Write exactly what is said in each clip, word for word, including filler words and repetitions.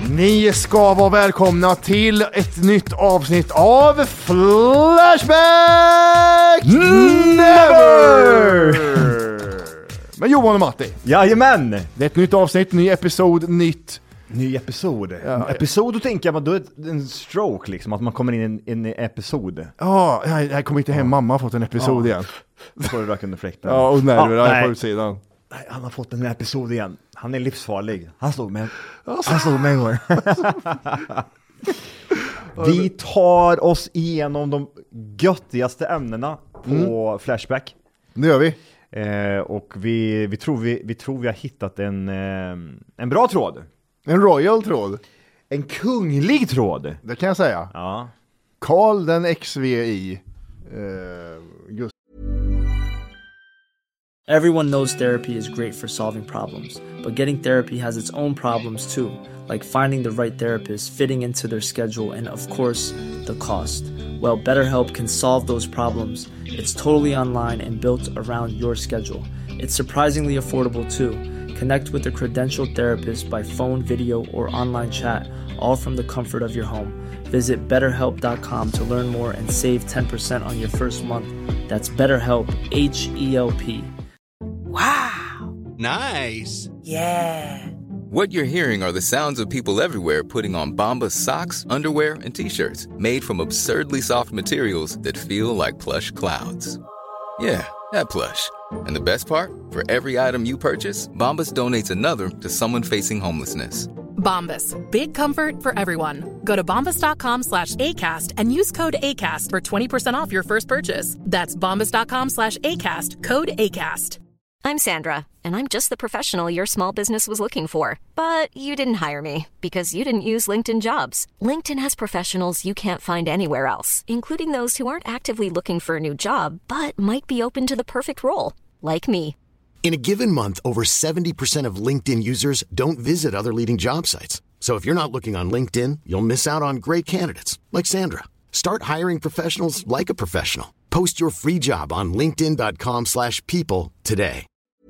Ni ska vara välkomna till ett nytt avsnitt av Flashback Never! Med Johan och Matti. Jajamän! Det är ett nytt avsnitt, ny episod, nytt... Ny episod. Ja, episod, då tänker jag, då är det en stroke liksom, att man kommer in i en, en episod. Ja, jag, jag kom inte hem, mamma har fått en episod Ja. igen. Då får du röka under fläkten. Ja, och nerver Ja, ja, nej. på utsidan. Nej, han har fått en episod igen. Han är livsfarlig. Han slog mig. Han slog mig en gång. Vi tar oss igenom de göttigaste ämnena på mm. Flashback. Det gör vi. Eh, och vi, vi, tror vi, vi tror vi har hittat en, eh, en bra tråd. En royal tråd. En kunglig tråd. Det kan jag säga. Ja. Karl den X V I. Uh, Gustav. Everyone knows therapy is great for solving problems, but getting therapy has its own problems too, like finding the right therapist, fitting into their schedule, and of course, the cost. Well, BetterHelp can solve those problems. It's totally online and built around your schedule. It's surprisingly affordable too. Connect with a credentialed therapist by phone, video, or online chat, all from the comfort of your home. Visit better help dot com to learn more and save ten percent on your first month. That's BetterHelp, H E L P. Wow. Nice. Yeah. What you're hearing are the sounds of people everywhere putting on Bombas socks, underwear, and T-shirts made from absurdly soft materials that feel like plush clouds. Yeah, that plush. And the best part? For every item you purchase, Bombas donates another to someone facing homelessness. Bombas. Big comfort for everyone. Go to bombas dot com slash ACAST and use code ACAST for twenty percent off your first purchase. That's bombas dot com slash ACAST. Code ACAST. I'm Sandra, and I'm just the professional your small business was looking for. But you didn't hire me because you didn't use LinkedIn Jobs. LinkedIn has professionals you can't find anywhere else, including those who aren't actively looking for a new job, but might be open to the perfect role, like me. In a given month, over seventy percent of LinkedIn users don't visit other leading job sites. So if you're not looking on LinkedIn, you'll miss out on great candidates like Sandra. Start hiring professionals like a professional. Post your free job on linkedin dot com slash people today.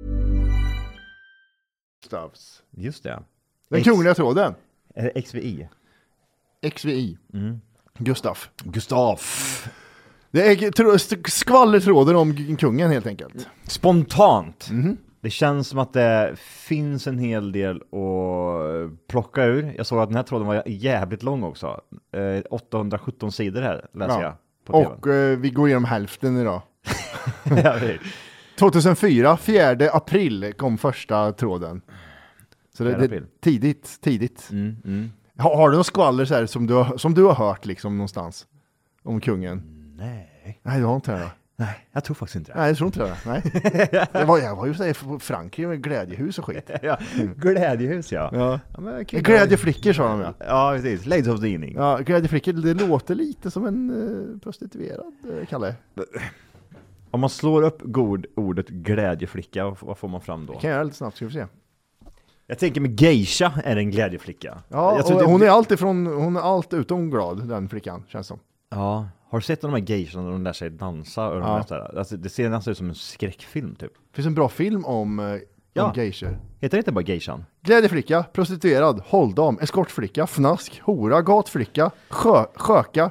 Gustavs. Just det. Den X- kungliga tråden. Är det X V I? X V I. Mm. Gustav. Gustav. Det är tro- st- skvallertråden om g- kungen helt enkelt. Spontant. Mhm. Det känns som att det finns en hel del att plocka ur. Jag såg att den här tråden var jävligt lång också. Eh, åttahundrasjutton sidor här läser Ja. jag på T V. Och eh, vi går igenom hälften idag. Ja, det- tjugohundrafyra, fjärde april kom första tråden. Så det, Fjärde det april. tidigt, tidigt. mm, mm. Har, har du någon skvaller så här som du, har- som du har hört liksom någonstans om kungen? Nej. Nej, du har inte det. Nej, jag tror faktiskt inte det. Nej, jag tror inte det. Nej. Det var, jag var ju så här i Frankrike med glädjehus och skit. Ja, glädjehus, ja. Ja. Ja, men kul. Glädjeflickor sa de ja. Ja, precis. Ladies of the evening. Ja, glädjeflickor, det låter lite som en uh, prostituerad, uh, Kalle. Om man slår upp god, ordet glädjeflicka, vad vad får man fram då? Kan jag göra lite snabbt, ska vi se. Jag tänker med geisha är en glädjeflicka. Ja, jag tror och det- hon är allt ifrån, hon är allt utom glad, den flickan, känns som. Ja, har du sett de här geishan när de lär sig dansa? Och de Ja. här sådär? Alltså, det ser nästan ut som en skräckfilm typ. Det finns en bra film om, uh, Ja. om geishor. Heter det inte bara geishan? Glädjeflicka, prostituerad, hålldam, eskortflicka, fnask, hora, gatflicka, sjö, sköka,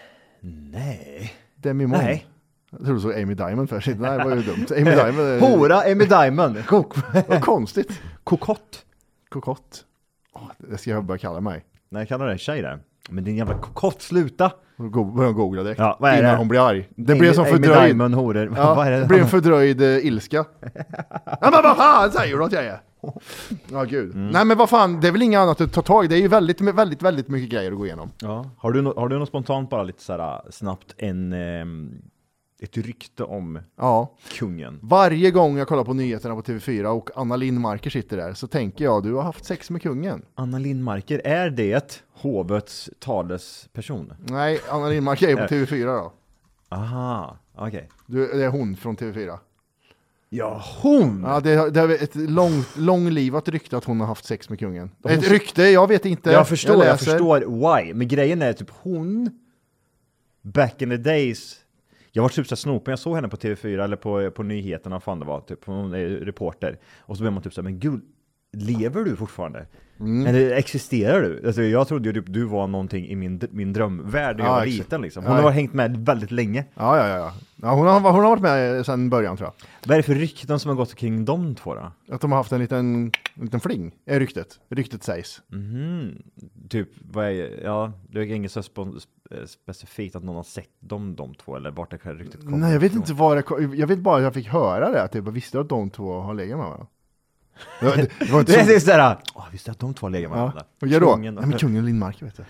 Nej. demimon. Nej. Jag tror du såg Amy Diamond för sig. Nej, det var ju dumt. Amy Diamond är... Hora, Amy Diamond. Kok. Vad konstigt. Kokott. Kokott. Åh, det ska jag börja kalla mig. Nej, kallar det tjej där. Men din jävla kokott, sluta. Go- Börja googla direkt. Ja, vad är innan det? hon blir arg. Det Amy- blir som Amy fördröjd. Diamond, horor. Ja, Vad är det? det blir en fördröjd uh, ilska. Ja, men vad fan säger du att jag är? Ja, gud. Mm. Nej, men vad fan, det är väl inget annat att ta tag i. Det är ju väldigt, väldigt, väldigt mycket grejer att gå igenom. Ja. Har du, no- har du något spontant bara lite såhär snabbt en, ehm, ett rykte om Ja. kungen? Varje gång jag kollar på nyheterna på T V fyra och Anna Lindmarker sitter där så tänker jag, du har haft sex med kungen. Anna Lindmarker, är det hovets talesperson? Nej, Anna Lindmarker är på T V fyra då. Aha, okej. Du, det är hon från T V fyra. Ja, hon! Ja, det, det är ett långt, långlivat rykte att hon har haft sex med kungen. Hon- Ett rykte, jag vet inte. Jag förstår, jag, läser. förstår why. Men grejen är typ hon back in the days. Jag var typ så snopen, jag såg henne på T V fyra eller på, på nyheterna, fan det var typ, hon är reporter. Och så blev man typ så här, men gud, lever du fortfarande? Mm. Eller existerar du? Alltså, jag trodde ju typ du var någonting i min, min drömvärld när jag Ja, var exakt. liten liksom. Hon Ja. har hängt med väldigt länge. Ja, ja, ja. ja hon, har, hon har varit med sedan början tror jag. Vad är det för rykten som har gått kring de två då? Att de har haft en liten, en liten fling, är ryktet. Ryktet sägs. Mhm. Typ, vad är, ja, det är inget så spe- specifikt att någon har sett dem, de två, eller vart det här ryktet kommer. Nej, jag vet ifrån. inte vad det kom- Jag vet bara att jag fick höra det. Typ, jag visste att de två har legat med varandra. Det var, det, det var inte Det är så... just det där. Åh, visst är att de två har legat med Ja. varandra. Och jag då? Kungen och- Nej, men kungen Lindmark, vet du.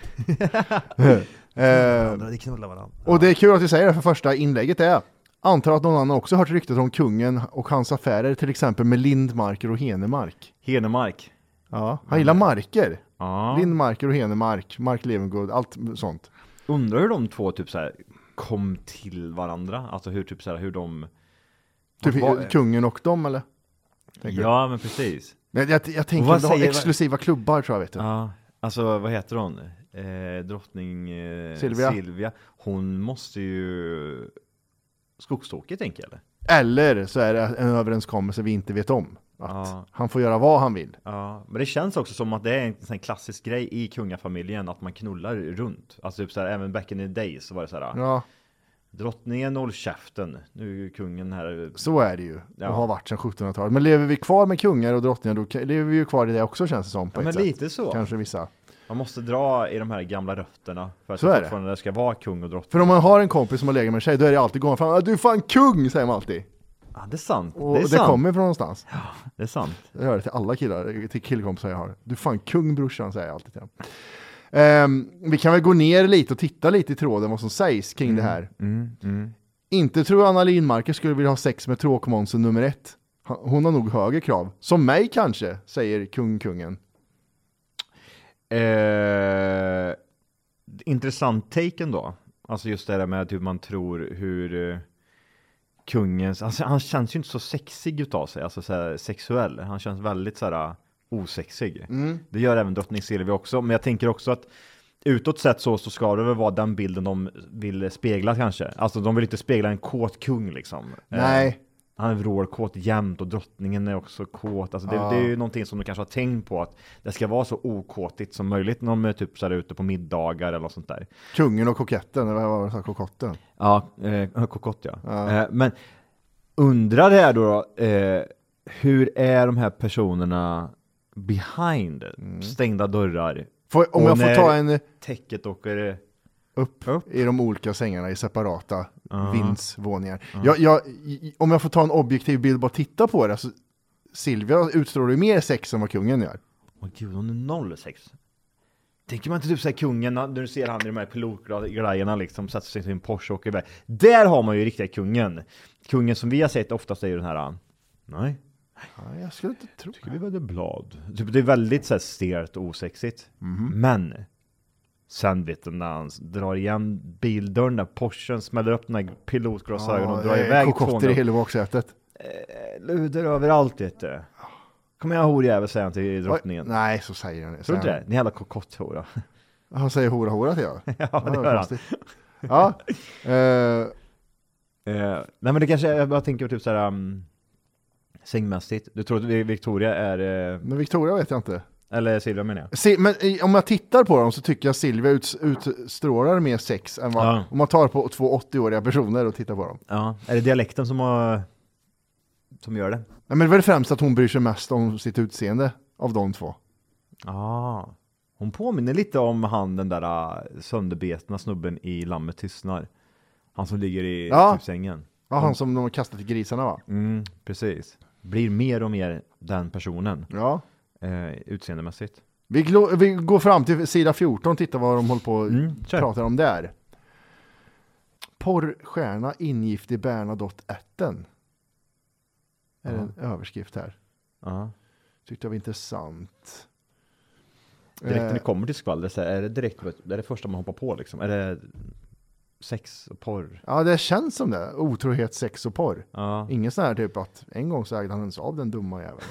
Ja, eh, de knullar varandra. och det är kul att du säger det, för första inlägget är antar att någon annan också hört ryktet om kungen och hans affärer, till exempel med Lindmarker och Henemark. Henemark. Ja, han gillar marker. Ja. Lindmarker och Henemark, Mark Levengood, allt sånt. Undrar hur de två typ så här kom till varandra. Alltså hur typ så här, hur de... Typ Vad- kungen och dem, eller? Tänker Ja, men precis. du? Men jag, jag tänker vad att de har säger- exklusiva klubbar, tror jag, vet du. Ja, alltså vad heter hon? Eh, drottning eh, Silvia. Silvia. Hon måste ju skogstokig, tänker jag, eller? Eller så är det en överenskommelse vi inte vet om. Att Ja. han får göra vad han vill. Ja, men det känns också som att det är en sån här klassisk grej i kungafamiljen att man knullar runt. Alltså typ så här, även back in the days så var det så här. Ja, Drottningen håll käften. Nu är ju kungen här. så är det ju. Ja. Och har varit sedan sjuttonhundratalet. Men lever vi kvar med kungar och drottningar, då ka- lever vi ju kvar i det också, känns det som. På Ja, ett men sätt. lite så. Kanske vissa. Man måste dra i de här gamla rötterna för att Så det är det. fortfarande ska vara kung och drottning. För om man har en kompis som har legat med en tjej, då är det alltid gående fram. Du är fan kung, säger man alltid. Ja, det är sant. Och det är det, sant. kommer från någonstans. Det är sant. Jag hör det till alla killar, till killkompisar jag har. Du är fan kung, brorsan, säger jag alltid till dem. Ehm, vi kan väl gå ner lite och titta lite i tråden vad som sägs kring det här. Mm, mm. Inte tror jag Anna Lindmarker skulle vilja ha sex med tråkmånsen nummer ett. Ha- Hon har nog högre krav. Som mig kanske, säger kung-kungen. Eh, intressant take ändå. Alltså just det där med hur man tror hur eh, kungens, alltså han känns ju inte så sexig utav sig, alltså så här, sexuell. Han känns väldigt så här osexig. Mm. Det gör även drottning Silvia också, men jag tänker också att utåt sett så, så ska det väl vara den bilden de vill spegla kanske. Alltså de vill inte spegla en kåt kung liksom. Nej. Eh, han är vrålkåt jämt och drottningen är också kåt. Alltså det, Ja. det är ju någonting som de kanske har tänkt på, att det ska vara så okåtigt som möjligt när de är typ så här ute på middagar eller något sånt där. Kungen och koketten, eller vad var det, kokotten? Ja, eh, kokott ja. Ja. Eh, men undrar det här då, eh, hur är de här personerna behind stängda dörrar? Får, om Och jag får när ta en täcket åker upp, upp. i de olika sängarna i separata Ja. vindsvåningar. Jag, jag, i- om jag får ta en objektiv bild och bara titta på det, så Silvia utstrålar ju mer sex än vad kungen gör. Åh gud, hon är noll sex. Tänker man inte typ såhär kungen, när du ser han i de här pilotgrejerna liksom, sätter sig i en Porsche och åker iväg. Där har man ju riktiga kungen. Kungen som vi har sett oftast är ju den här, nej, Ja, jag skulle inte tro tycker vi var det blad. Typ, det är väldigt såhär stelt och osexigt. Men sen vet du när han drar igen bildörren där, Porschen smäller upp den här pilotglasögonen och drar eh, iväg kokotter i tvåhundra. hela baksätet. Eh, Luder överallt vet du. Kom igen horjävel, säger han till drottningen. Oj, nej, så säger han det. Tror du Säger inte det? Ni jävla kokotthora. han, han säger hora hora till jag. Ja, det gör han. Ja. Eh, Eh, nej men det kanske, jag bara tänker typ såhär um, sängmässigt. Du tror att Victoria är, eh, men Victoria vet jag inte. eller Silvia menar jag. Se, men i- om jag tittar på dem så tycker jag Silvia ut, utstrålar mer sex än vad, Ja. om man tar på två åttio-åriga personer och tittar på dem. Ja, är det dialekten som har, som gör det? Nej, men det är väl främst att hon bryr sig mest om sitt utseende av de två. Ja. Hon påminner lite om han, den där uh, sönderbetna snubben i Lammet tystnar. Han som ligger i Ja. typ sängen. Ja, han som de har kastat till grisarna, va? Mm, precis. Blir mer och mer den personen, Ja. eh, utseendemässigt. Vi, glo- vi går fram till sida fjorton och tittar vad de håller på och Mm, kör. pratar om där. Porrstjärna ingift i Bernadotte-ätten. Är det en överskrift här? Ja. Tyckte jag var intressant. Direkt när Eh, det kommer till skvaller, så är det direkt, det är det första man hoppar på liksom. Är det sex och porr? Ja, det känns som det. Otrohet, sex och porr. Ja. Ingen sån här typ att en gång så ägde han en Saab, den dumma jäveln.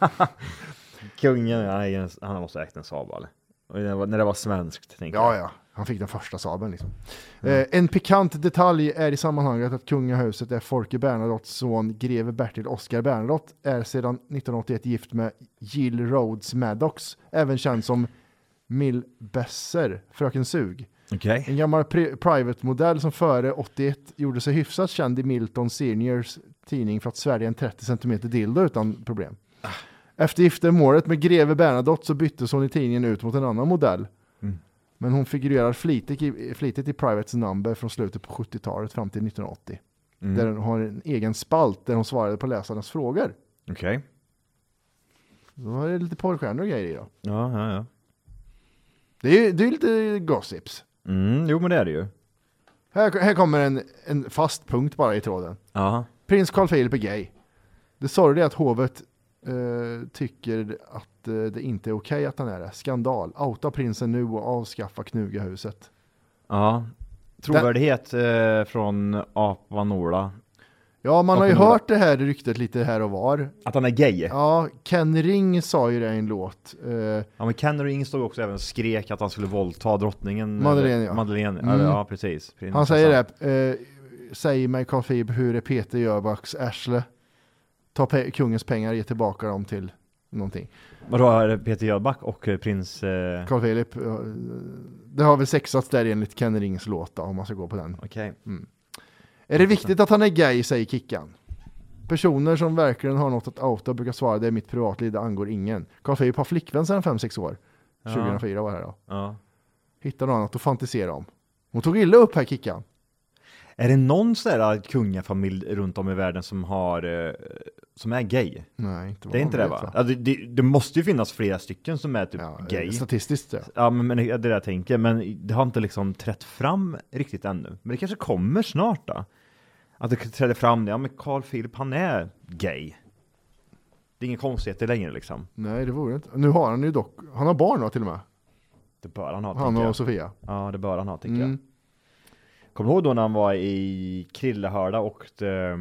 Kungen, nej, han måste ha ägt en Saab eller? Och när det var, när det var svenskt, tänker Ja, jag. ja. Han fick den första Saaben liksom. Mm. Eh, en pikant detalj är i sammanhanget att kungahuset är Folke Bernadottes son greve Bertil Oscar Bernadotte är sedan nittonhundraåttioett gift med Jill Rhodes Maddox, även känd som Mill Besser, Fröken Sug. Okay. En gammal pri- private-modell som före åttioett gjorde sig hyfsat känd i Milton Seniors tidning för att svälja en trettio centimeter dildo utan problem. Ah. Efter giftermålet med greve Bernadotte så byttes hon i tidningen ut mot en annan modell. Mm. Men hon figurerar flitigt i, flitigt i Privates number från slutet på sjuttiotalet fram till nittonhundraåttio. Mm. Där hon har en egen spalt där hon svarade på läsarnas frågor. Okej. Okay. Då var det lite porrstjärnor och grejer i då. Ja, ja, ja. Det är, det är lite gossips. Mm, jo, men det är det ju. Här, här kommer en, en fast punkt bara i tråden. Aha. Prins Carl Philip är gay. Det sorgliga är att hovet eh, tycker att eh, det inte är okej okay att han är det. Skandal. Outa prinsen nu och avskaffa knugahuset. Ja. Trovärdighet Den... eh, från Apvanola. Ja, man har ju hört det här ryktet lite här och var. Att han är gay? Ja, Ken Ring sa ju det i en låt. Uh, ja, men Ken Ring stod också även och skrek att han skulle våldta drottningen. Madeleine, ja. Madeleine. Mm. Ja, precis. Prins han säger det. Uh, säg mig Carl Philip, hur är Peter Jöbacks arsle? Ta pe- kungens pengar och ge tillbaka dem till någonting. Vadå, är det Peter Jöback och prins... Uh... Carl Philip. Uh, det har väl sexats där enligt Ken Rings låt då, om man ska gå på den. Okej. Okay. Mm. Är det viktigt att han är gay, säger Kickan. Personer som verkligen har något att outa brukar svara, det är mitt privatliv, det angår ingen. Carl Philip har flickvän sedan fem sex år. Ja. tjugohundrafyra var det här då. Ja. Hittar något annat att fantisera om. Hon tog illa upp här, Kickan. Är det någon sån där kungafamilj runt om i världen som har... Eh, som är gay? Nej, inte det är inte det, va? Ja, det, det, det måste ju finnas flera stycken som är typ ja, gay. Statistiskt, ja. Ja, men, men det är det jag tänker. Men det har inte liksom trätt fram riktigt ännu. Men det kanske kommer snart då. Att det träder fram, ja men Carl Philip, han är gay. Det är ingen konstigheter längre liksom. Nej, det vore inte. Nu har han ju dock, han har barn då till och med. Det bör han ha, Han och jag. Sofia. Ja, det bör han ha, tycker mm. jag. Kommer du ihåg då när han var i Krillehörda och det,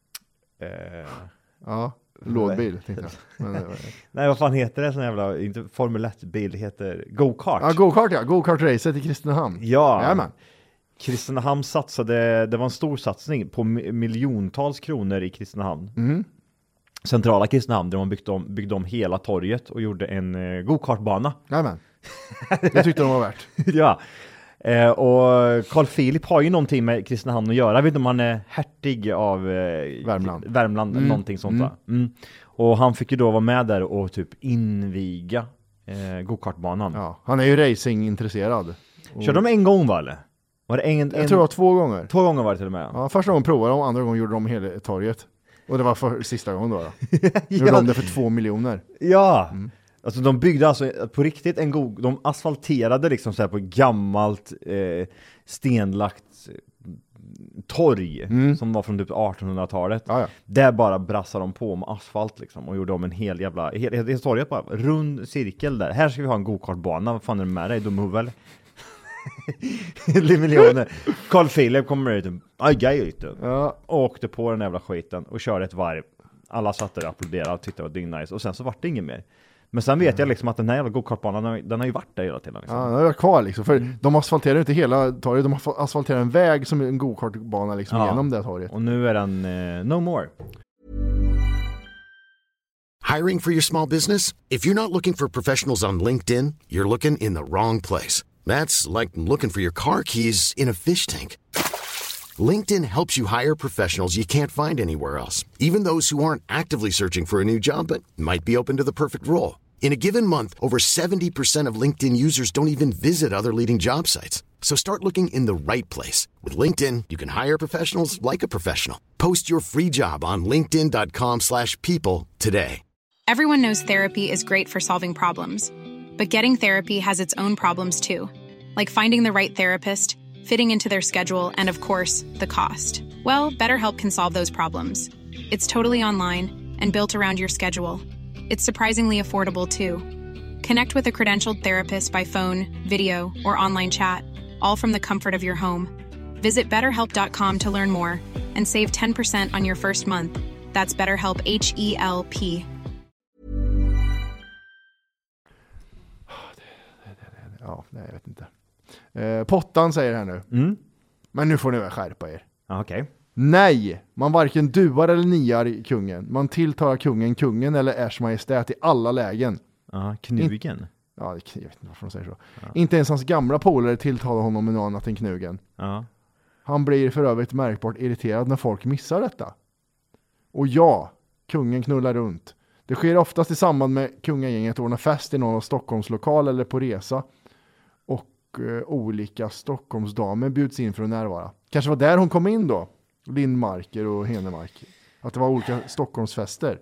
eh, ja, lådbil tänkte jag. Men, nej, vad fan heter det? Sån jävla, inte Formel ett-bil, det heter go-kart. Ja, go-kart ja. Go-kart-racet i Kristinehamn. Ja. Jajamän. Kristinehamn satsade, det var en stor satsning på miljontals kronor i Kristinehamn. Mm. Centrala Kristinehamn, där man byggde om, byggde om hela torget och gjorde en eh, go-kartbana. Jajamän. Det tyckte de var värt. Ja. Eh, och Carl Philip har ju någonting med Kristinehamn att göra. Jag vet inte om han är hertig av eh, Värmland, Värmland mm. någonting sånt mm. Mm. Och han fick ju då vara med där och typ inviga eh, go-kartbanan. Ja, han är ju racingintresserad. Och... Körde de en gång, va, eller? Var det en, en... Jag tror det var två gånger. Två gånger var det till och med. Ja, första gången provade de, andra gången gjorde de hela torget. Och det var för sista gången då. då. ja. Gjorde de det för två miljoner. Ja, mm. Alltså de byggde alltså på riktigt en god, de asfalterade liksom så här på gammalt eh, stenlagt eh, torg mm. som var från typ artonhundratalet. Ja, ja. Där bara brassade de på med asfalt liksom och gjorde om en hel jävla, hel, hel, hel torget bara, rund cirkel där. Här ska vi ha en go-kartbana, vad fan är det med dig, dum huvud eller? miljoner. Carl Philip kommer ut och gay ut ja. åkte på den jävla skiten och körde ett varv. Alla satt där och applåderade och tyckte det var ding nice och sen så var det inget mer. Men sen vet jag liksom att den här jävla go-kartbanan, den har ju varit där hela tiden. Liksom. Ja, den har varit kvar liksom. För mm. de asfalterar inte hela torget, de asfalterar en väg som en go-kartbana liksom ja. genom det torget. Och nu är den uh, no more. Hiring for your small business? If you're not looking for professionals on LinkedIn, you're looking in the wrong place. That's like looking for your car keys in a fish tank. LinkedIn helps you hire professionals you can't find anywhere else, even those who aren't actively searching for a new job but might be open to the perfect role. In a given month, over seventy percent of LinkedIn users don't even visit other leading job sites. So start looking in the right place. With LinkedIn, you can hire professionals like a professional. Post your free job on linkedin dot com slash people today. Everyone knows therapy is great for solving problems. But getting therapy has its own problems too. Like finding the right therapist, fitting into their schedule, and of course, the cost. Well, BetterHelp can solve those problems. It's totally online and built around your schedule. It's surprisingly affordable too. Connect with a credentialed therapist by phone, video, or online chat, all from the comfort of your home. Visit better help dot com to learn more and save ten percent on your first month. That's BetterHelp, H E L P. Ja, nej, jag vet inte. Eh, Pottan säger här nu. Mm. Men nu får ni väl skärpa er. Ja, okej. Okay. Nej, man varken duar eller niar kungen. Man tilltalar kungen, kungen eller Ers Majestät i alla lägen. Ja, knugen. In- ja, jag vet inte varför de säger så. Ja. Inte ens hans gamla polare tilltalar honom med något annat än knugen. Ja. Han blir för övrigt märkbart irriterad när folk missar detta. Och ja, kungen knullar runt. Det sker oftast i samband med kungagänget ordnar fest i någon av Stockholms lokal eller på resa. Och eh, olika Stockholmsdamer bjuds in för att närvara. Kanske var där hon kom in då. Lindmarker och Henemark. Att det var olika Stockholmsfester.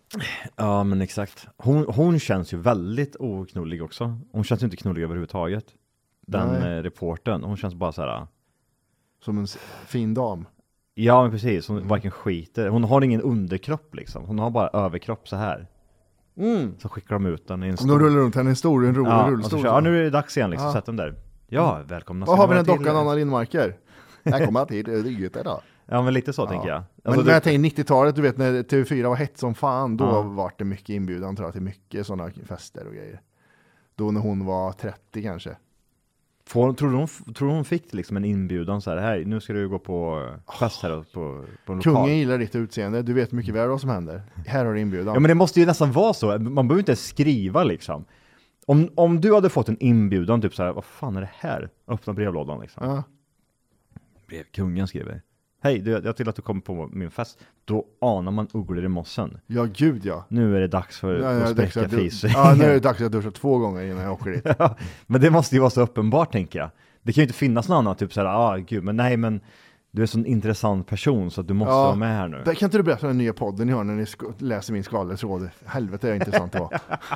Ja, men exakt. Hon, hon känns ju väldigt oknullig också. Hon känns ju inte knullig överhuvudtaget. Den eh, reporten. Hon känns bara så här... Som en fin dam. Ja, men precis. Hon varken skiter. Hon har ingen underkropp liksom. Hon har bara överkropp så här. Mm. Så skickar de ut den i en stor... Nu rullar runt henne en stor, en rolig ja, rullstol. Så, ja, nu är det dags igen liksom. Ja. Sätt den där. Ja, välkomna. Vad har vi den dockan Anna Lindmarker? Jag kommer att hit, det är inget idag. Ja, men lite så ja. tänker jag. Alltså, men när jag tänker nittiotalet, du vet när T V fyra var hett som fan, då ja. var det mycket inbjudan tror jag till mycket sådana fester och grejer. Då när hon var trettio kanske. Får, tror, du hon, tror du hon fick liksom en inbjudan så här, här nu ska du gå på fest här på, på en lokal. Kungen gillar ditt utseende, du vet mycket väl vad som händer. Här har du inbjudan. Ja, men det måste ju nästan vara så. Man behöver inte skriva liksom. Om, om du hade fått en inbjudan typ så här, vad fan är det här? Öppna brevlådan liksom. Ja. Brev, kungen skriver. Hej, du, jag till att du kommer på min fest. Då anar man ugglor i mossen. Ja, gud ja. Nu är det dags för ja, att spräcka fis. Ja, nu är det dags att duscha två gånger innan jag åker dit. Ja, men det måste ju vara så uppenbart, tänker jag. Det kan ju inte finnas någon annan, typ så här, ah, gud, men nej, men du är en sån intressant person så att du måste ja, vara med här nu. Det, kan inte du berätta den nya podden ni har när ni sk- läser min skvallertråd? Helvete, är intressant det var.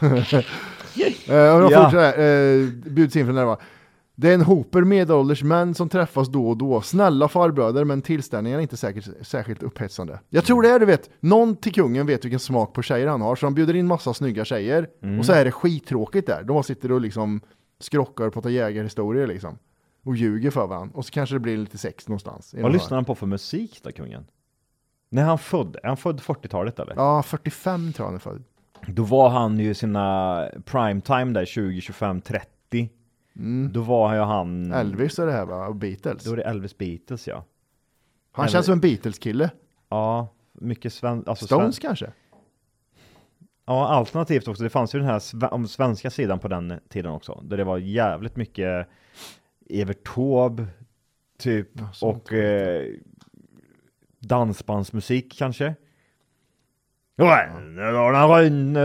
uh, och de ja. fortsätter, uh, bjuds in för närvaro. Det är en hoper medelålders män som träffas då och då. Snälla farbröder, men tillställningen är inte säkert, särskilt upphetsande. Jag tror det är, du vet, någon till kungen vet vilken smak på tjejer han har. Så de bjuder in massa snygga tjejer. Mm. Och så är det skittråkigt där. De sitter och liksom skrockar på att ta jägarhistorier liksom. Och ljuger för varandra. Och så kanske det blir lite sex någonstans. Vad lyssnar han på för musik då, kungen? När han född? Är han född fyrtiotalet eller? Ja, fyrtiofem tror jag han är född. Då var han ju sina primetime där tjugo, tjugofem, trettio. Mm. Då var ju han... Elvis är det här va? Och Beatles. Då är det Elvis Beatles, ja. Han Elvis... känns som en Beatles-kille. Ja, mycket sven... alltså Stones sven... kanske? Ja, alternativt också. Det fanns ju den här sv- om svenska sidan på den tiden också. Där det var jävligt mycket Evert Taube typ. Ja, och eh, dansbandsmusik kanske. Ja, han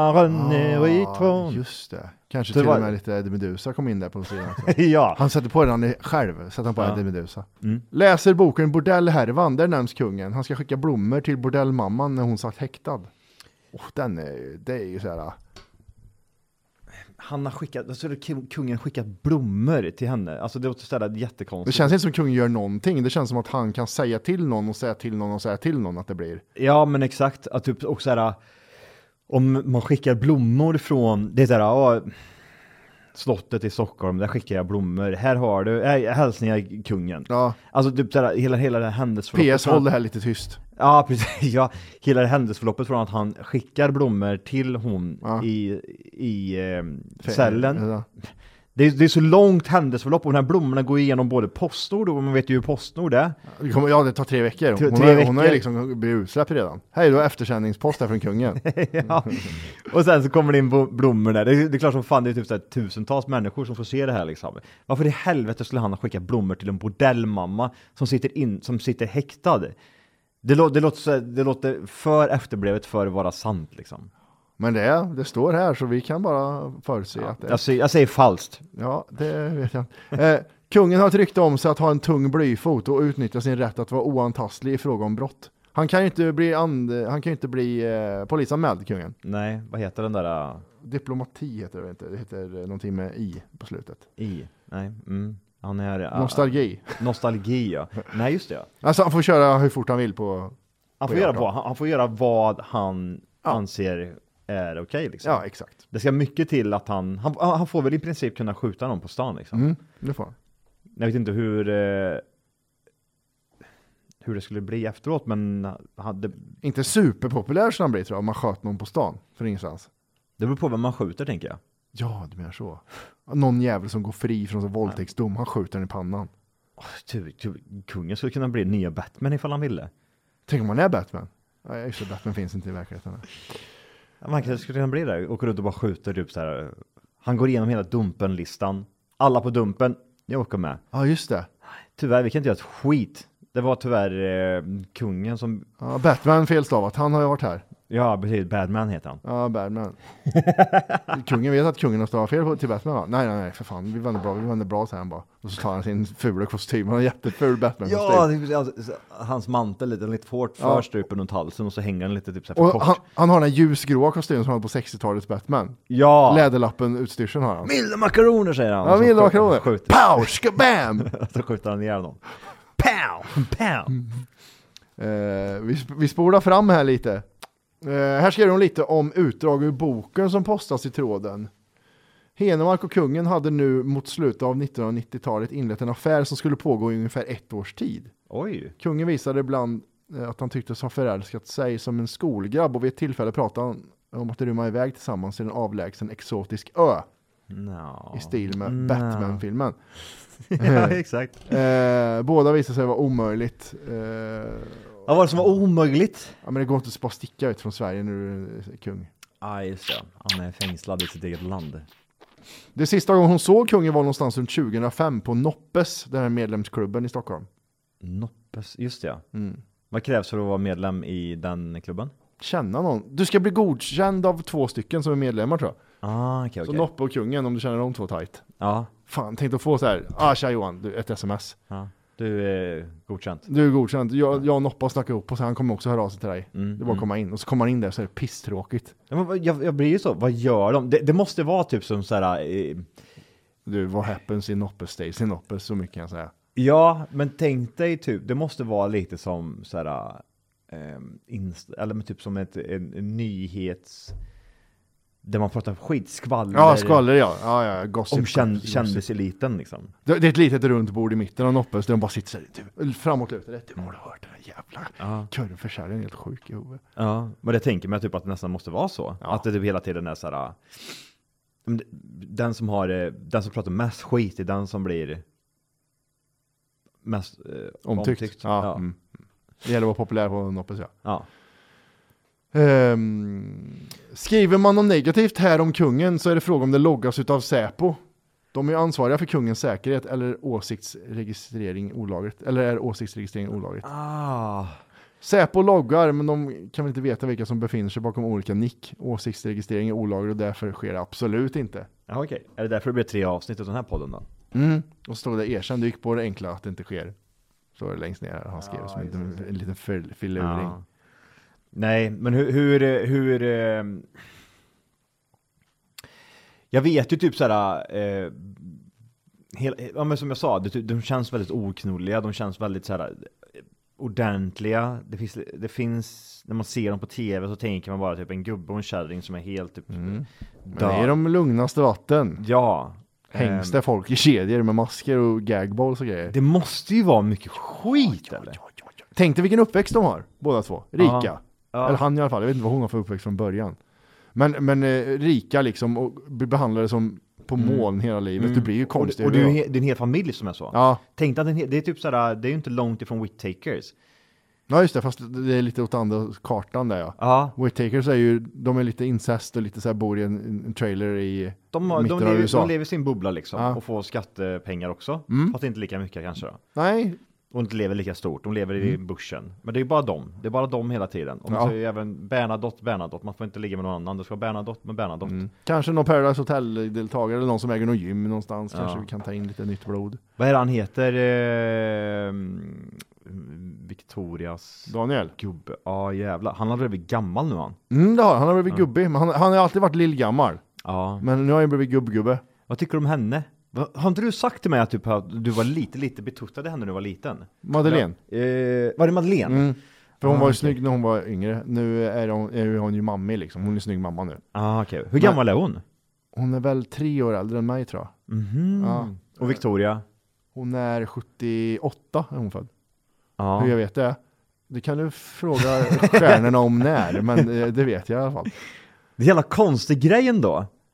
ah, just det. Kanske till var... och med lite Eddie Meduza kom in där på sidan. Ja. Han sätter på den själv, sätter han på ja. Eddie Meduza. Mm. Läser boken Bordellhärvan, där nämns kungen. Han ska skicka blommor till bordellmamman när hon satt häktad. Oh, den är, det är ju så här. Han har skickat, så är kungen skickat blommor till henne. Alltså det låter sådär jättekonstigt. Det känns inte som kungen gör någonting. Det känns som att han kan säga till någon och säga till någon och säga till någon att det blir. Ja, men exakt. Att typ också här, om man skickar blommor från det där, ja, slottet i Stockholm, där skickar jag blommor. Här har du äh, hälsningar kungen. Ja. Alltså typ sådär, hela, hela det här händelseförloppet. P S, håll det här lite tyst. Ja, precis. Ja, hela det händelseförloppet från att han skickar blommor till hon ja. i, i eh, cellen. Ja. Det är, det är så långt händelseförlopp och de här blommorna går igenom både Postnord och man vet ju hur Postnord är. Ja, det tar tre veckor. Hon, tre har, veckor. hon har ju liksom blivit utsläppt redan. Hej, då eftersändningspost här från kungen. Ja. Och sen så kommer det in blommor där. Det är, det är klart som fan det är typ så här, tusentals människor som får se det här liksom. Varför i helvete skulle han ha skickat blommor till en bordellmamma som sitter, in, som sitter häktad? Det, lå, det, låter, det låter för efterblevet för att vara sant liksom. Men det, är, det står här så vi kan bara förutse ja, att det är. Jag säger, jag säger falskt. Ja, det vet jag. Eh, kungen har ett rykte om sig att ha en tung blyfot och utnyttja sin rätt att vara oantastlig i fråga om brott. Han kan ju inte bli, and, han kan ju inte bli eh, polisanmäld, kungen. Nej, vad heter den där? Uh... Diplomati heter det inte. Det heter någonting med i på slutet. I? Nej, mm. Han är, uh, nostalgi. Nostalgi, ja. Nej, just det. Ja. Alltså han får köra hur fort han vill på... Han får, på göra, vad, han, han får göra vad han ja. anser är okej okay, liksom. Ja, exakt. Det ska mycket till att han, han... Han får väl i princip kunna skjuta någon på stan liksom. Mm, det får han. Jag vet inte hur... Eh, hur det skulle bli efteråt, men... Hade... Inte superpopulär som han blir, tror jag, om man sköt någon på stan. För ingenstans. Det beror på vem man skjuter, tänker jag. Ja, du menar så. Någon jävel som går fri från sin våldtäktsdom, han skjuter den i pannan. Oh, ty, ty, kungen skulle kunna bli nya Batman ifall han ville. Tänk om man är Batman. Ja, just det, Batman finns inte i verkligheten. Man kanske skulle kunna bli där. Åker runt och bara skjuter typ så här. Han går igenom hela Dumpen-listan. Alla på Dumpen, jag åker med. Ja, just det. Tyvärr, vi kan inte göra ett skit. Det var tyvärr eh, kungen som... Ja, Batman felstavat, han har ju varit här. Ja, precis. Batman heter han. Ja, Batman. Kungen vet att kungen har stavat fel på, till Batman, va? Nej, nej, nej, för fan. Vi vänder bra, vi vänder bra, så här bara. Och så tar han sin fula kostym. Han har en jätteful Batman-kostym. Ja, alltså, hans mantel lite, lite hårt Ja. förstrupen runt halsen och så hänger den lite typ så här för Och kort. han, han har den här ljusgråa kostymen som han hade på sextiotalets Batman. Ja! Läderlappen utstyrseln har han. Milda makaroner, säger han. Ja, Så milda skj- makaroner. skjuter. Pow, skabam! Så skjuter han ner honom. Pow! Pow! Eh, vi, vi spolar fram här lite. Eh, här skriver de lite om utdrag ur boken som postas i tråden. Henemark och kungen hade nu mot slutet av nittonhundranittiotalet inlett en affär som skulle pågå i ungefär ett års tid. Oj! Kungen visade ibland eh, att han tycktes ha förälskat sig som en skolgrabb, och vid ett tillfälle pratade han om att rymma iväg tillsammans till en avlägsen exotisk ö. No. I stil med No. Batman-filmen. Ja, exakt. Eh, båda visade sig vara omöjligt. Eh, Vad var det som var omöjligt? ja, men det går inte att bara sticka ut från Sverige när du är kung. Ja, just det. Han är fängslad i sitt eget land. Det sista gången hon såg kungen var någonstans runt tjugohundrafem på Noppes, den här medlemsklubben i Stockholm. Noppes, just det. Mm. Vad krävs för att vara medlem i den klubben? Känna någon. Du ska bli godkänd av två stycken som är medlemmar, tror jag. Ah, okej, Så okej. Noppe och kungen, om du känner de två tajt. Ja, Fan, tänkte att få så här. Ah, tja Johan, du, ett sms. ja. Du är godkänt. Du är godkänd. Jag, jag och Noppa snackar ihop och så han kommer också höra av sig till dig. Mm, Det är bara att mm. komma in. Och så kommer han in där så är det pisstråkigt. Ja, men vad- jag, jag blir ju så, vad gör de? Det, det måste vara typ som så här. Eh, Du, vad happens i Noppes stays i Noppes, så mycket kan jag säga. ja, men tänk dig typ, det måste vara lite som så här, eh, inst- eller men typ som ett en, en nyhets där man pratar skit, skvaller. Ja, skvaller, ja. Ja, ja, gossip. Om känd, gossip. kändiseliten liksom. Det, det är ett litet runt bord i mitten av Noppes där de bara sitter så här, du, framåt lutat. Du, har du hört den här jävla Ja. kurvförsäljaren är helt sjuk i huvudet. Ja, men det tänker man typ att det nästan måste vara så. Ja. Att det typ hela tiden är så här. äh, Den som har eh, den som pratar mest skit är den som blir mest eh, Omtyckt. omtyckt. Ja. Ja. Mm. Det gäller att vara populär på Noppes, ja. Ja. Ehm, skriver man något negativt här om kungen så är det fråga om det loggas utav Säpo. De är ju ansvariga för kungens säkerhet, eller åsiktsregistrering olagligt. Eller är åsiktsregistrering olagligt? Ah. Säpo loggar, men de kan väl inte veta vilka som befinner sig bakom olika nick. Åsiktsregistrering är olagligt och därför sker det absolut inte. Ja, okej. Är det därför det blir tre avsnitt av den här podden då? Mm. Och så stod det erkänn, du gick på det enkla att det inte sker. Så är det längst ner han skrev Ja, som en, just det. en liten fill- filuring. Ja. Nej, men hur, hur, hur eh, jag vet ju typ såhär eh, hel, ja, men som jag sa, det, de känns väldigt oknulliga, de känns väldigt såhär ordentliga. Det finns, det finns, när man ser dem på tv så tänker man bara typ en gubbe och en kärring som är helt typ Mm. Men död. det är de lugnaste vatten. Ja. Hängs ehm, det folk i kedjor med masker och gagballs och grejer. Det måste ju vara mycket skit, eller? Tänk dig vilken uppväxt de har, båda två. Rika. Ja. Ja. Eller han i alla fall, jag vet inte vad hon har för uppväxt från början. Men, men eh, rika liksom, och blir behandlade som på Mm. moln hela livet. Mm. Det blir ju konstigt. Och, och det, är ju he- det är en hel familj som är så. Ja. Tänk dig att det är en hel- det är typ sådär, det är ju inte långt ifrån Whittakers. Ja, just det, fast det är lite åt andra kartan där, ja. Ja. Whittakers är ju, de är lite incest och lite så här bor i en, en trailer i De, har- mitten de, av lever, U S A. de lever sin bubbla liksom Ja. och får skattepengar också. Mm. Fast inte lika mycket kanske då. Nej, Och inte lever lika stort. De lever i börsen. Men det är ju bara dem. Det är bara dem hela tiden. Och man Ja. säger ju även Bernadotte, Bernadotte. Man får inte ligga med någon annan. Det ska vara Bernadotte med Bernadotte. mm. kanske någon Paradise Hotel-deltagare eller någon som äger någon gym någonstans. Ja. Kanske vi kan ta in lite nytt blod. Vad är det han heter? Eh, Victorias Daniel? gubbe. Ja, jävlar. Han har blivit gammal nu han. Mm, det har han. Han har blivit Ja. gubbig, men han, han har alltid varit lillgammal. Ja. Men nu har han blivit gubbgubbe. Vad tycker du om henne? Va- Har inte du sagt till mig att typ, att du var lite, lite betuttad i henne när du var liten? Madeleine. Ja. Eh, var det Madeleine? Mm. För hon Ah, var ju okej. snygg när hon var yngre. Nu är hon, är hon ju mamma liksom. Hon är snygg mamma nu. Ah, okej. Hur gammal är hon? Hon är väl tre år äldre än mig, tror jag. Mhm. Ja. Och Victoria? Hon är sjuttioåtta är hon född. Ja. Hur jag vet det? Det kan du fråga stjärnorna om när, men eh, det vet jag i alla fall. Det är jävla konstig grej ändå.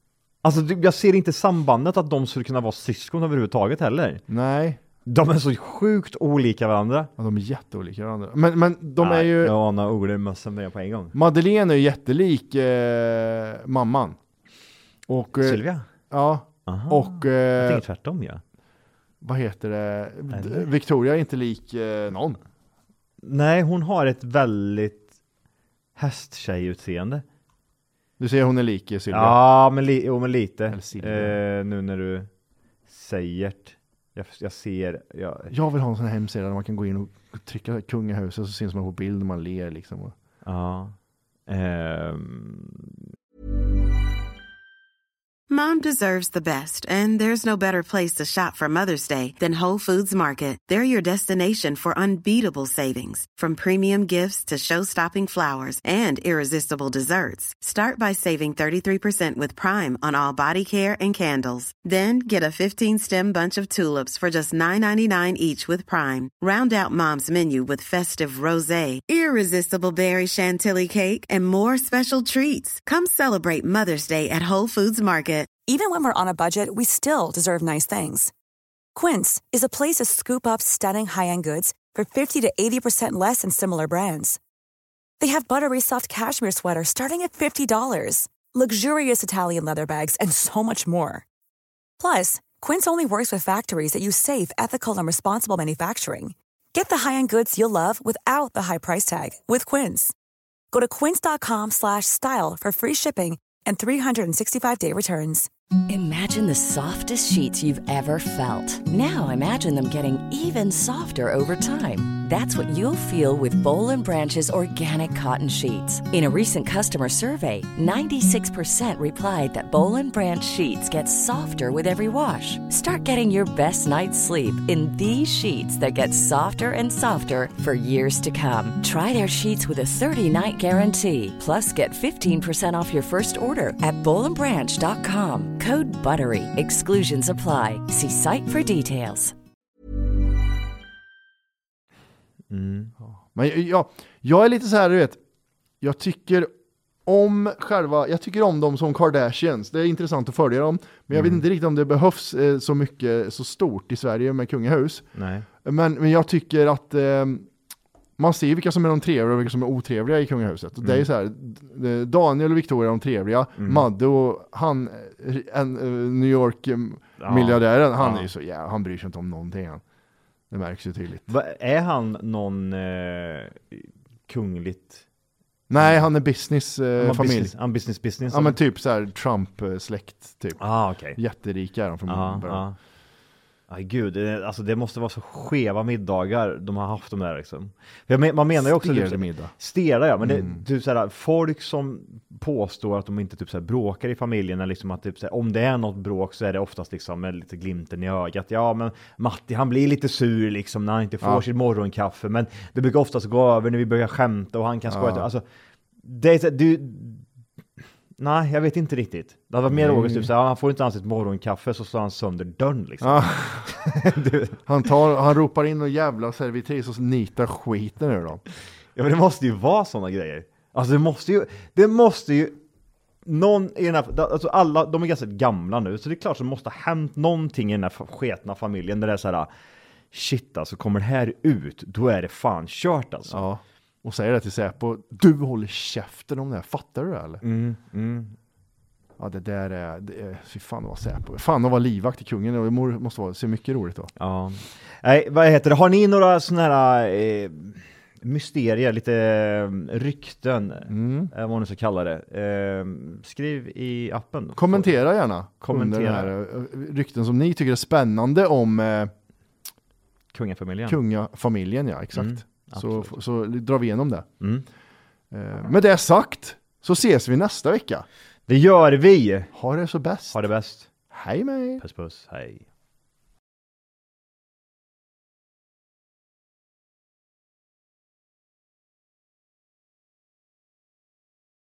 Alltså jag ser inte sambandet att de skulle kunna vara syskon överhuvudtaget heller. Nej. De är så sjukt olika varandra. Ja, de är jätteolika varandra. Men, men de Nej, är ju... Jag anar orden mössen med på en gång. Madeleine är ju jättelik eh, mamman. Och, eh, Sylvia? Ja. Aha. Och... Eh, jag tänker tvärtom, ja. Vad heter det? Eller? Victoria är inte lik eh, någon. Nej, hon har ett väldigt hästtjejutseende. Du ser hon är lik Sylvia. Ja, men, li- jo, men lite. Eh, nu när du säger det. Jag, jag ser... Jag... jag vill ha en sån här hemsida där man kan gå in och trycka kungahuset och så syns man på bild när man ler liksom. Ja. Um... Mom deserves the best, and there's no better place to shop for Mother's Day than Whole Foods Market. They're your destination for unbeatable savings, from premium gifts to show-stopping flowers and irresistible desserts. Start by saving thirty-three percent with Prime on all body care and candles. Then get a fifteen-stem bunch of tulips for just nine ninety-nine each with Prime. Round out Mom's menu with festive rosé, irresistible berry chantilly cake, and more special treats. Come celebrate Mother's Day at Whole Foods Market. Even when we're on a budget, we still deserve nice things. Quince is a place to scoop up stunning high-end goods for fifty to eighty percent less than similar brands. They have buttery soft cashmere sweaters starting at fifty dollars, luxurious Italian leather bags, and so much more. Plus, Quince only works with factories that use safe, ethical, and responsible manufacturing. Get the high-end goods you'll love without the high price tag with Quince. Go to quince.com slash style for free shipping and three sixty-five day returns. Imagine the softest sheets you've ever felt. Now imagine them getting even softer over time. That's what you'll feel with Boll and Branch's organic cotton sheets. In a recent customer survey, ninety-six percent replied that Boll and Branch sheets get softer with every wash. Start getting your best night's sleep in these sheets that get softer and softer for years to come. Try their sheets with a thirty-night guarantee. Plus, get fifteen percent off your first order at boll and branch dot com. Code BUTTERY. Exclusions apply. See site for details. Mm. Men ja, jag är lite så här, du vet. Jag tycker om själva, jag tycker om dem som Kardashians. Det är intressant att följa dem. Men jag Mm. vet inte riktigt om det behövs eh, så mycket, så stort i Sverige med kungahus. Nej. Men, men jag tycker att eh, man ser vilka som är de trevliga och vilka som är otrevliga i kungahuset. Och Mm. det är så här, Daniel och Victoria är de trevliga. Mm. Madde och han, en, uh, New York-miljardären, Ja. han Ja. är ju så, ja, han bryr sig inte om någonting. Han. Det märks ju tydligt. Va, är han någon eh, kungligt? Nej, han är business eh, Han familj. business, han business business. Ja, men typ så här Trump-släkt typ. Ah, okej. Jätterika är de från Ja, början. ja. Aj gud, det, alltså det måste vara så skeva middagar de har haft de där liksom. Jag men, man menar ju också Stel typ, middag. Stela, ja, men Mm. det, typ såhär, folk som påstår att de inte typ såhär bråkar i familjen, eller liksom att typ såhär, om det är något bråk så är det oftast liksom med lite glimten i ögat. Ja, men Matti, han blir lite sur liksom när han inte får Ja. sitt morgonkaffe, men det brukar oftast gå över när vi börjar skämta och han kan skoja. Ja. Alltså, det är så, du nej, jag vet inte riktigt. Det hade varit mer Mm. logiskt, typ såhär, han får inte ens ett morgonkaffe så slår han sönder dörren liksom. Ja. han, tar, han ropar in och jävla servitris och så nitar skiten ur dem. Ja, men det måste ju vara sådana grejer. Alltså det måste ju, det måste ju någon i den här, alltså alla, de är ganska gamla nu, så det är klart som måste ha hänt någonting i den här sketna familjen där det är så här, shit alltså, kommer det här ut, då är det fan kört alltså. Ja. Och säger det till Säpo, du håller käften om det här, fattar du det eller? Mm, mm. Ja, det där är, det är fy fan vad Säpo. Fan att vara livvakt i kungen, det måste vara, se mycket roligt då. Ja. Nej, vad heter det, har ni några sådana här eh, mysterier, lite eh, rykten, Mm. eh, vad man nu ska kalla det, eh, skriv i appen. Kommentera gärna. Kommentera. Under den här eh, rykten som ni tycker är spännande om eh, Kungafamiljen. kungafamiljen, ja exakt. Mm, så, absolut. så drar vi igenom det. Mm. Eh, med det sagt så ses vi nästa vecka. Det gör vi. Ha det så bäst. Ha det bäst. Hej med. Puss puss, hej.